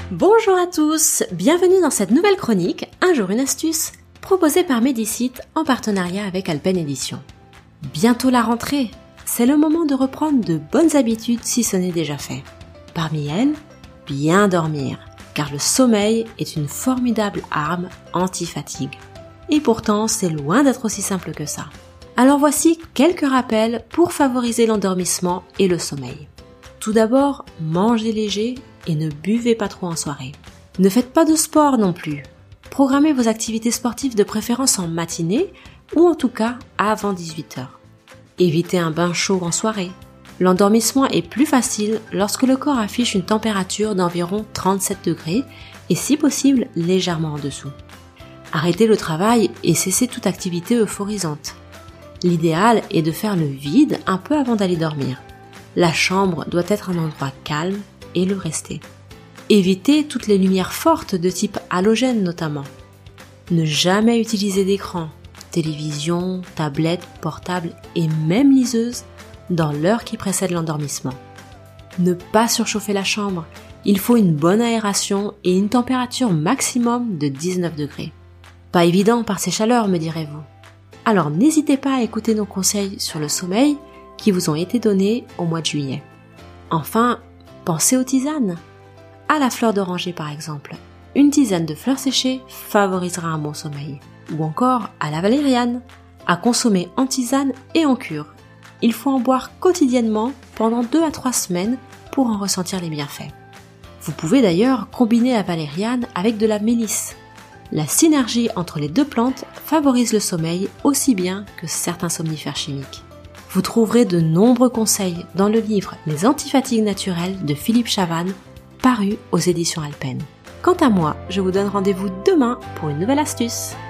Bonjour à tous, bienvenue dans cette nouvelle chronique, Un jour une astuce, proposée par Medicite en partenariat avec Alpen Edition. Bientôt la rentrée, c'est le moment de reprendre de bonnes habitudes si ce n'est déjà fait. Parmi elles, bien dormir, car le sommeil est une formidable arme anti-fatigue. Et pourtant, c'est loin d'être aussi simple que ça. Alors voici quelques rappels pour favoriser l'endormissement et le sommeil. Tout d'abord, mangez léger et ne buvez pas trop en soirée. Ne faites pas de sport non plus. Programmez vos activités sportives de préférence en matinée ou en tout cas avant 18h. Évitez un bain chaud en soirée. L'endormissement est plus facile lorsque le corps affiche une température d'environ 37 degrés et si possible légèrement en dessous. Arrêtez le travail et cessez toute activité euphorisante. L'idéal est de faire le vide un peu avant d'aller dormir. La chambre doit être un endroit calme et le rester. Évitez toutes les lumières fortes de type halogène notamment. Ne jamais utiliser d'écran, télévision, tablette, portable et même liseuse dans l'heure qui précède l'endormissement. Ne pas surchauffer la chambre, il faut une bonne aération et une température maximum de 19 degrés. Pas évident par ces chaleurs, me direz-vous. Alors n'hésitez pas à écouter nos conseils sur le sommeil qui vous ont été donnés au mois de juillet. Enfin, pensez aux tisanes. À la fleur d'oranger par exemple, une tisane de fleurs séchées favorisera un bon sommeil. Ou encore à la valériane, à consommer en tisane et en cure. Il faut en boire quotidiennement pendant 2 à 3 semaines pour en ressentir les bienfaits. Vous pouvez d'ailleurs combiner la valériane avec de la mélisse. La synergie entre les deux plantes favorise le sommeil aussi bien que certains somnifères chimiques. Vous trouverez de nombreux conseils dans le livre Les antifatigues naturelles de Philippe Chavannes, paru aux éditions Alpen. Quant à moi, je vous donne rendez-vous demain pour une nouvelle astuce.